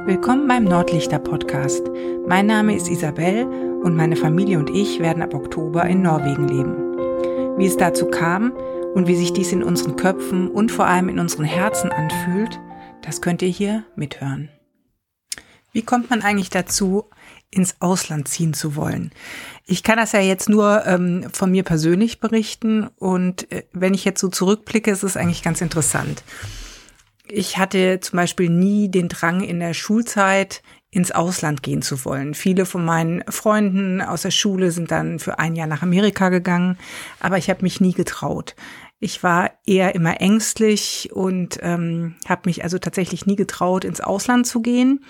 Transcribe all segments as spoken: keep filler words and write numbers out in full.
Willkommen beim Nordlichter Podcast. Mein Name ist Isabel und meine Familie und ich werden ab Oktober in Norwegen leben. Wie es dazu kam und wie sich dies in unseren Köpfen und vor allem in unseren Herzen anfühlt, das könnt ihr hier mithören. Wie kommt man eigentlich dazu, ins Ausland ziehen zu wollen? Ich kann das ja jetzt nur ähm, von mir persönlich berichten und äh, wenn ich jetzt so zurückblicke, ist es eigentlich ganz interessant. Ich hatte zum Beispiel nie den Drang in der Schulzeit ins Ausland gehen zu wollen. Viele von meinen Freunden aus der Schule sind dann für ein Jahr nach Amerika gegangen, aber ich habe mich nie getraut. Ich war eher immer ängstlich und ähm, habe mich also tatsächlich nie getraut, ins Ausland zu gehen.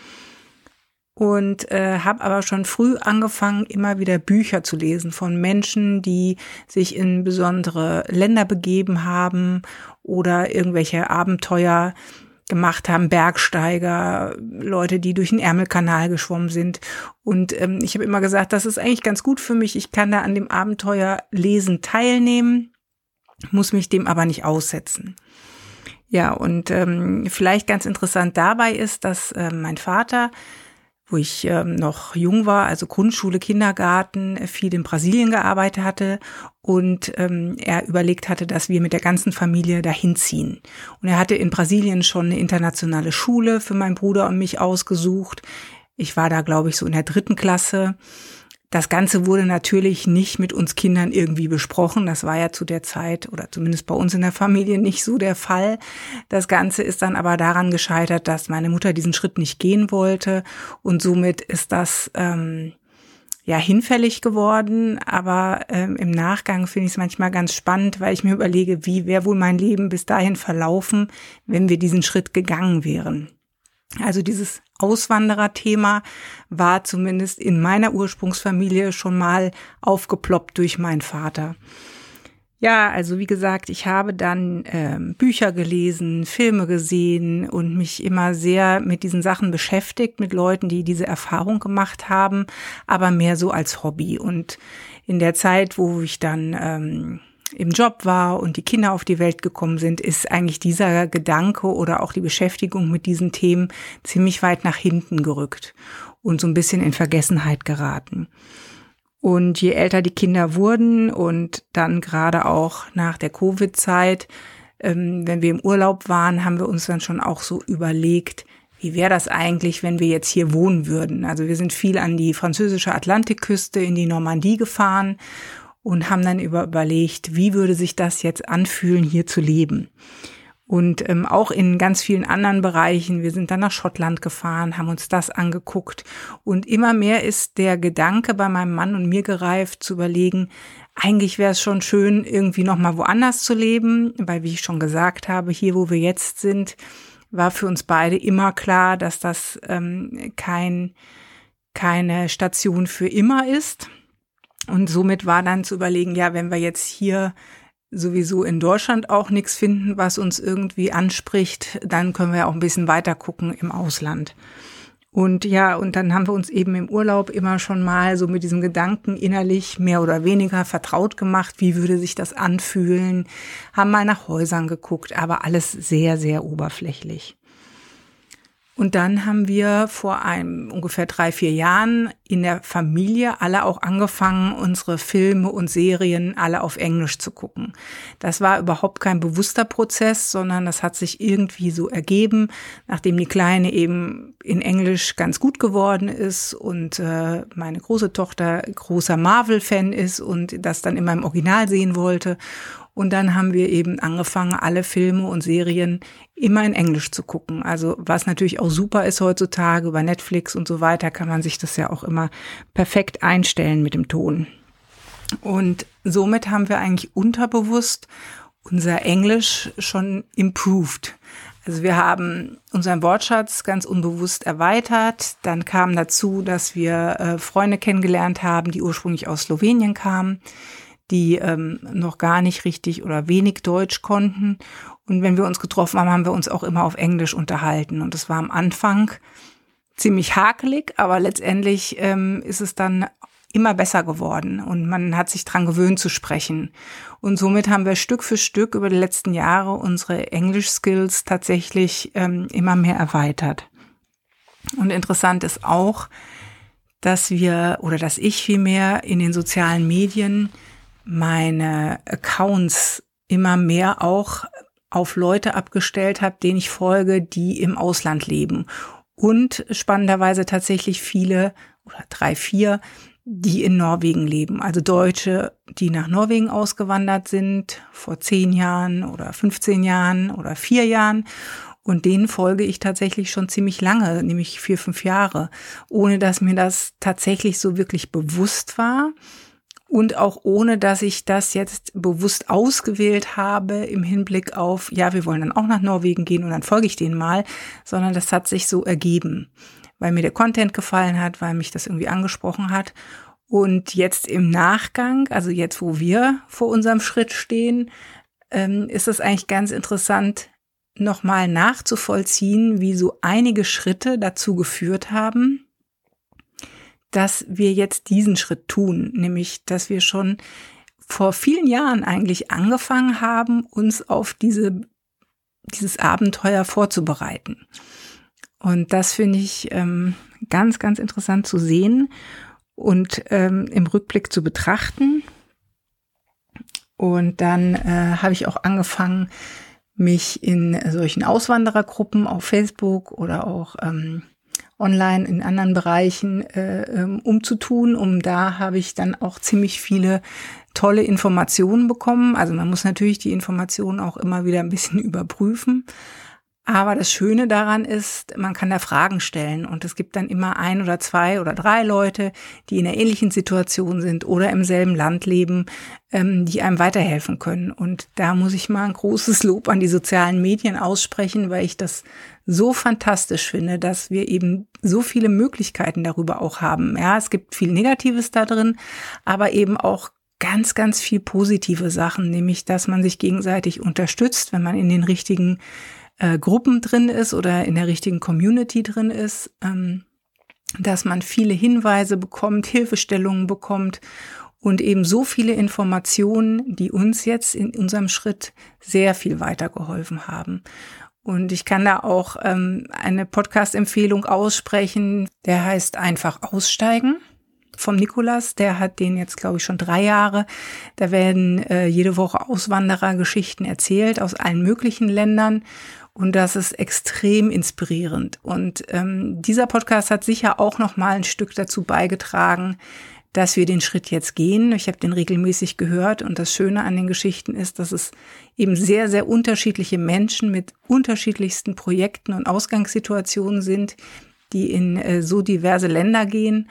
Und äh, habe aber schon früh angefangen, immer wieder Bücher zu lesen von Menschen, die sich in besondere Länder begeben haben oder irgendwelche Abenteuer gemacht haben, Bergsteiger, Leute, die durch den Ärmelkanal geschwommen sind. Und ähm, ich habe immer gesagt, das ist eigentlich ganz gut für mich. Ich kann da an dem Abenteuerlesen teilnehmen, muss mich dem aber nicht aussetzen. Ja, und ähm, vielleicht ganz interessant dabei ist, dass äh, mein Vater, wo ich ähm, noch jung war, also Grundschule, Kindergarten, viel in Brasilien gearbeitet hatte und ähm, er überlegt hatte, dass wir mit der ganzen Familie dahin ziehen. Und er hatte in Brasilien schon eine internationale Schule für meinen Bruder und mich ausgesucht. Ich war da, glaube ich, so in der dritten Klasse. Das Ganze wurde natürlich nicht mit uns Kindern irgendwie besprochen. Das war ja zu der Zeit oder zumindest bei uns in der Familie nicht so der Fall. Das Ganze ist dann aber daran gescheitert, dass meine Mutter diesen Schritt nicht gehen wollte und somit ist das ähm, ja hinfällig geworden. Aber ähm, im Nachgang finde ich es manchmal ganz spannend, weil ich mir überlege, wie wäre wohl mein Leben bis dahin verlaufen, wenn wir diesen Schritt gegangen wären. Also dieses Auswandererthema war zumindest in meiner Ursprungsfamilie schon mal aufgeploppt durch meinen Vater. Ja, also wie gesagt, ich habe dann ähm, Bücher gelesen, Filme gesehen und mich immer sehr mit diesen Sachen beschäftigt, mit Leuten, die diese Erfahrung gemacht haben, aber mehr so als Hobby. Und in der Zeit, wo ich dann ähm, im Job war und die Kinder auf die Welt gekommen sind, ist eigentlich dieser Gedanke oder auch die Beschäftigung mit diesen Themen ziemlich weit nach hinten gerückt und so ein bisschen in Vergessenheit geraten. Und je älter die Kinder wurden und dann gerade auch nach der Covid-Zeit, ähm, wenn wir im Urlaub waren, haben wir uns dann schon auch so überlegt, wie wäre das eigentlich, wenn wir jetzt hier wohnen würden? Also wir sind viel an die französische Atlantikküste, in die Normandie gefahren und haben dann über, überlegt, wie würde sich das jetzt anfühlen, hier zu leben. Und ähm, auch in ganz vielen anderen Bereichen, wir sind dann nach Schottland gefahren, haben uns das angeguckt. Und immer mehr ist der Gedanke bei meinem Mann und mir gereift, zu überlegen, eigentlich wäre es schon schön, irgendwie nochmal woanders zu leben. Weil, wie ich schon gesagt habe, hier, wo wir jetzt sind, war für uns beide immer klar, dass das ähm, kein, keine Station für immer ist. Und somit war dann zu überlegen, ja, wenn wir jetzt hier sowieso in Deutschland auch nichts finden, was uns irgendwie anspricht, dann können wir auch ein bisschen weiter gucken im Ausland. Und ja, und dann haben wir uns eben im Urlaub immer schon mal so mit diesem Gedanken innerlich mehr oder weniger vertraut gemacht, wie würde sich das anfühlen, haben mal nach Häusern geguckt, aber alles sehr, sehr oberflächlich. Und dann haben wir vor einem ungefähr drei, vier Jahren in der Familie alle auch angefangen, unsere Filme und Serien alle auf Englisch zu gucken. Das war überhaupt kein bewusster Prozess, sondern das hat sich irgendwie so ergeben, nachdem die Kleine eben in Englisch ganz gut geworden ist und äh, meine große Tochter großer Marvel-Fan ist und das dann immer im Original sehen wollte. Und dann haben wir eben angefangen, alle Filme und Serien immer in Englisch zu gucken. Also was natürlich auch super ist heutzutage, über Netflix und so weiter kann man sich das ja auch immer perfekt einstellen mit dem Ton. Und somit haben wir eigentlich unterbewusst unser Englisch schon improved. Also wir haben unseren Wortschatz ganz unbewusst erweitert. Dann kam dazu, dass wir äh, Freunde kennengelernt haben, die ursprünglich aus Slowenien kamen, die ähm, noch gar nicht richtig oder wenig Deutsch konnten. Und wenn wir uns getroffen haben, haben wir uns auch immer auf Englisch unterhalten. Und das war am Anfang ziemlich hakelig, aber letztendlich ähm, ist es dann immer besser geworden und man hat sich dran gewöhnt zu sprechen. Und somit haben wir Stück für Stück über die letzten Jahre unsere Englisch-Skills tatsächlich ähm, immer mehr erweitert. Und interessant ist auch, dass wir oder dass ich vielmehr in den sozialen Medien meine Accounts immer mehr auch auf Leute abgestellt habe, denen ich folge, die im Ausland leben. Und spannenderweise tatsächlich viele oder drei, vier, die in Norwegen leben. Also Deutsche, die nach Norwegen ausgewandert sind vor zehn Jahren oder fünfzehn Jahren oder vier Jahren. Und denen folge ich tatsächlich schon ziemlich lange, nämlich vier, fünf Jahre, ohne dass mir das tatsächlich so wirklich bewusst war. Und auch ohne, dass ich das jetzt bewusst ausgewählt habe im Hinblick auf, ja, wir wollen dann auch nach Norwegen gehen und dann folge ich denen mal, sondern das hat sich so ergeben, weil mir der Content gefallen hat, weil mich das irgendwie angesprochen hat. Und jetzt im Nachgang, also jetzt, wo wir vor unserem Schritt stehen, ähm, ist es eigentlich ganz interessant, nochmal nachzuvollziehen, wie so einige Schritte dazu geführt haben, dass wir jetzt diesen Schritt tun, nämlich, dass wir schon vor vielen Jahren eigentlich angefangen haben, uns auf diese, dieses Abenteuer vorzubereiten. Und das finde ich ähm, ganz, ganz interessant zu sehen und ähm, im Rückblick zu betrachten. Und dann äh, habe ich auch angefangen, mich in solchen Auswanderergruppen auf Facebook oder auch ähm, online in anderen Bereichen äh, umzutun. Um da habe ich dann auch ziemlich viele tolle Informationen bekommen. Also man muss natürlich die Informationen auch immer wieder ein bisschen überprüfen. Aber das Schöne daran ist, man kann da Fragen stellen und es gibt dann immer ein oder zwei oder drei Leute, die in einer ähnlichen Situation sind oder im selben Land leben, ähm, die einem weiterhelfen können. Und da muss ich mal ein großes Lob an die sozialen Medien aussprechen, weil ich das so fantastisch finde, dass wir eben so viele Möglichkeiten darüber auch haben. Ja, es gibt viel Negatives da drin, aber eben auch ganz, ganz viel positive Sachen, nämlich, dass man sich gegenseitig unterstützt, wenn man in den richtigen Äh, Gruppen drin ist oder in der richtigen Community drin ist, ähm, dass man viele Hinweise bekommt, Hilfestellungen bekommt und eben so viele Informationen, die uns jetzt in unserem Schritt sehr viel weitergeholfen haben. Und ich kann da auch ähm, eine Podcast-Empfehlung aussprechen, der heißt einfach Aussteigen. Vom Nikolas, der hat den jetzt, glaube ich, schon drei Jahre. Da werden äh, jede Woche Auswanderergeschichten erzählt aus allen möglichen Ländern und das ist extrem inspirierend. Und ähm, dieser Podcast hat sicher auch noch mal ein Stück dazu beigetragen, dass wir den Schritt jetzt gehen. Ich habe den regelmäßig gehört und das Schöne an den Geschichten ist, dass es eben sehr, sehr unterschiedliche Menschen mit unterschiedlichsten Projekten und Ausgangssituationen sind, die in äh, so diverse Länder gehen,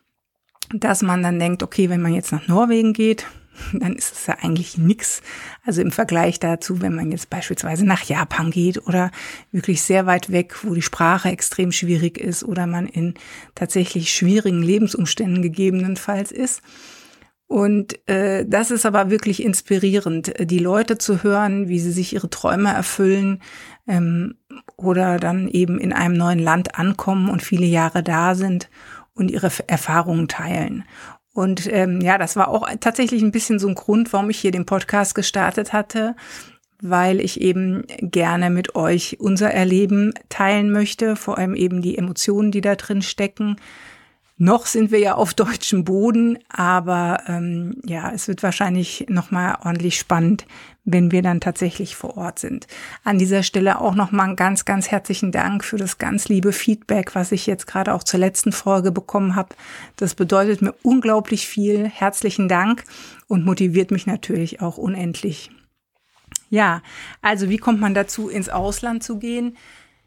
dass man dann denkt, okay, wenn man jetzt nach Norwegen geht, dann ist es ja eigentlich nix. Also im Vergleich dazu, wenn man jetzt beispielsweise nach Japan geht oder wirklich sehr weit weg, wo die Sprache extrem schwierig ist oder man in tatsächlich schwierigen Lebensumständen gegebenenfalls ist. Und äh, das ist aber wirklich inspirierend, die Leute zu hören, wie sie sich ihre Träume erfüllen ähm, oder dann eben in einem neuen Land ankommen und viele Jahre da sind und ihre Erfahrungen teilen. Und ähm, ja, das war auch tatsächlich ein bisschen so ein Grund, warum ich hier den Podcast gestartet hatte, weil ich eben gerne mit euch unser Erleben teilen möchte, vor allem eben die Emotionen, die da drin stecken. Noch sind wir ja auf deutschem Boden, aber ähm, ja, es wird wahrscheinlich nochmal ordentlich spannend, wenn wir dann tatsächlich vor Ort sind. An dieser Stelle auch nochmal einen ganz, ganz herzlichen Dank für das ganz liebe Feedback, was ich jetzt gerade auch zur letzten Folge bekommen habe. Das bedeutet mir unglaublich viel. Herzlichen Dank und motiviert mich natürlich auch unendlich. Ja, also wie kommt man dazu, ins Ausland zu gehen?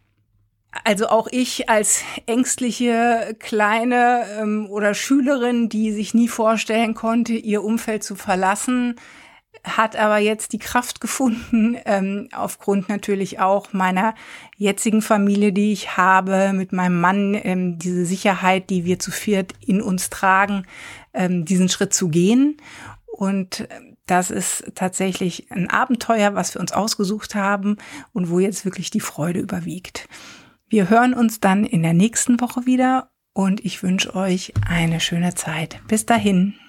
Also auch ich als ängstliche Kleine ähm, oder Schülerin, die sich nie vorstellen konnte, ihr Umfeld zu verlassen, hat aber jetzt die Kraft gefunden, ähm, aufgrund natürlich auch meiner jetzigen Familie, die ich habe, mit meinem Mann, ähm, diese Sicherheit, die wir zu viert in uns tragen, ähm, diesen Schritt zu gehen. Und das ist tatsächlich ein Abenteuer, was wir uns ausgesucht haben und wo jetzt wirklich die Freude überwiegt. Wir hören uns dann in der nächsten Woche wieder und ich wünsche euch eine schöne Zeit. Bis dahin.